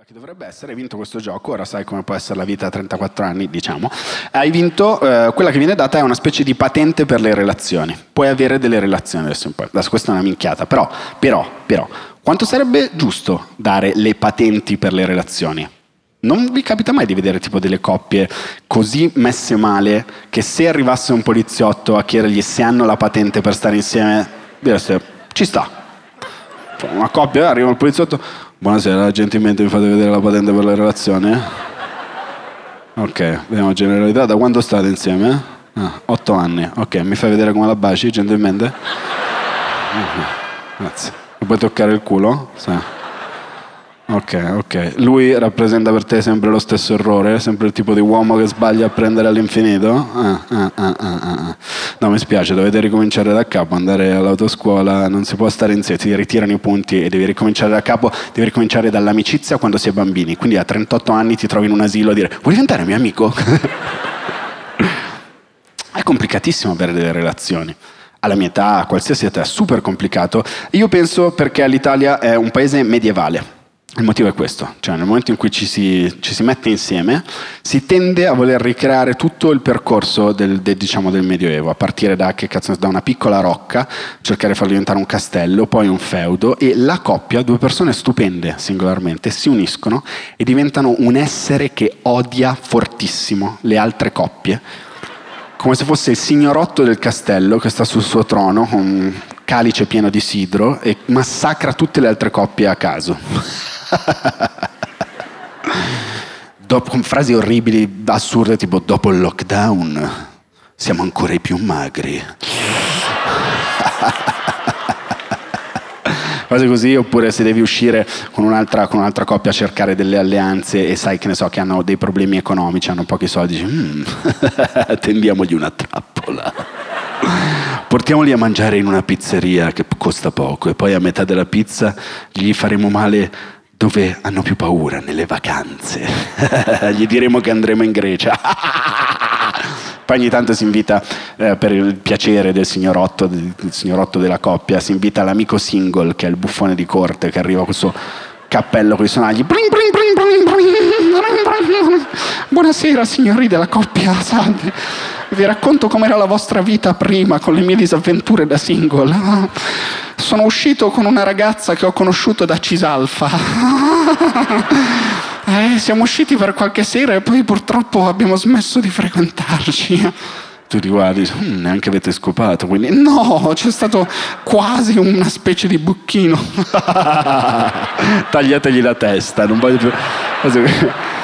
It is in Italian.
Che dovrebbe essere, hai vinto questo gioco, ora sai come può essere la vita a 34 anni, diciamo. Hai vinto, quella che viene data è una specie di patente per le relazioni. Puoi avere delle relazioni adesso in poi. Adesso questa è una minchiata, però, quanto sarebbe giusto dare le patenti per le relazioni? Non vi capita mai di vedere tipo delle coppie così messe male che se arrivasse un poliziotto a chiedergli se hanno la patente per stare insieme, direste, ci sta. Cioè, una coppia, arriva il poliziotto, buonasera, gentilmente mi fate vedere la patente per le relazioni? Ok, vediamo generalità, da quando state insieme? 8 anni, ok, mi fai vedere come la baci, gentilmente? Grazie. Mi puoi toccare il culo? Sì. Ok. Lui rappresenta per te sempre lo stesso errore? Sempre il tipo di uomo che sbaglia a prendere all'infinito? No, mi spiace, dovete ricominciare da capo, andare all'autoscuola, non si può stare insieme, ti ritirano i punti e devi ricominciare da capo, devi ricominciare dall'amicizia quando si è bambini. Quindi a 38 anni ti trovi in un asilo a dire vuoi diventare mio amico? È complicatissimo avere delle relazioni. Alla mia età, a qualsiasi età, è super complicato. Io penso perché l'Italia è un paese medievale. Il motivo è questo, cioè nel momento in cui ci si mette insieme si tende a voler ricreare tutto il percorso del Medioevo, a partire da una piccola rocca, cercare di farlo diventare un castello, poi un feudo, e la coppia, due persone stupende singolarmente, si uniscono e diventano un essere che odia fortissimo le altre coppie, come se fosse il signorotto del castello che sta sul suo trono con un calice pieno di sidro e massacra tutte le altre coppie a caso. Con frasi orribili, assurde, tipo dopo il lockdown siamo ancora i più magri. Cose così, oppure se devi uscire con un'altra coppia a cercare delle alleanze e sai che ne so che hanno dei problemi economici, hanno pochi soldi, dici tendiamogli una trappola. Portiamoli a mangiare in una pizzeria che costa poco e poi a metà della pizza gli faremo male dove hanno più paura, nelle vacanze. Gli diremo che andremo in Grecia. Poi ogni tanto si invita, per il piacere del signorotto della coppia, si invita l'amico single, che è il buffone di corte, che arriva con il suo cappello con i sonagli. Buonasera signori della coppia, salve. Vi racconto com'era la vostra vita prima con le mie disavventure da single. Sono uscito con una ragazza che ho conosciuto da Cisalfa. Siamo usciti per qualche sera e poi purtroppo abbiamo smesso di frequentarci. Tu ti guardi, neanche avete scopato, quindi no, c'è stato quasi una specie di bucchino. Tagliategli la testa, non voglio più.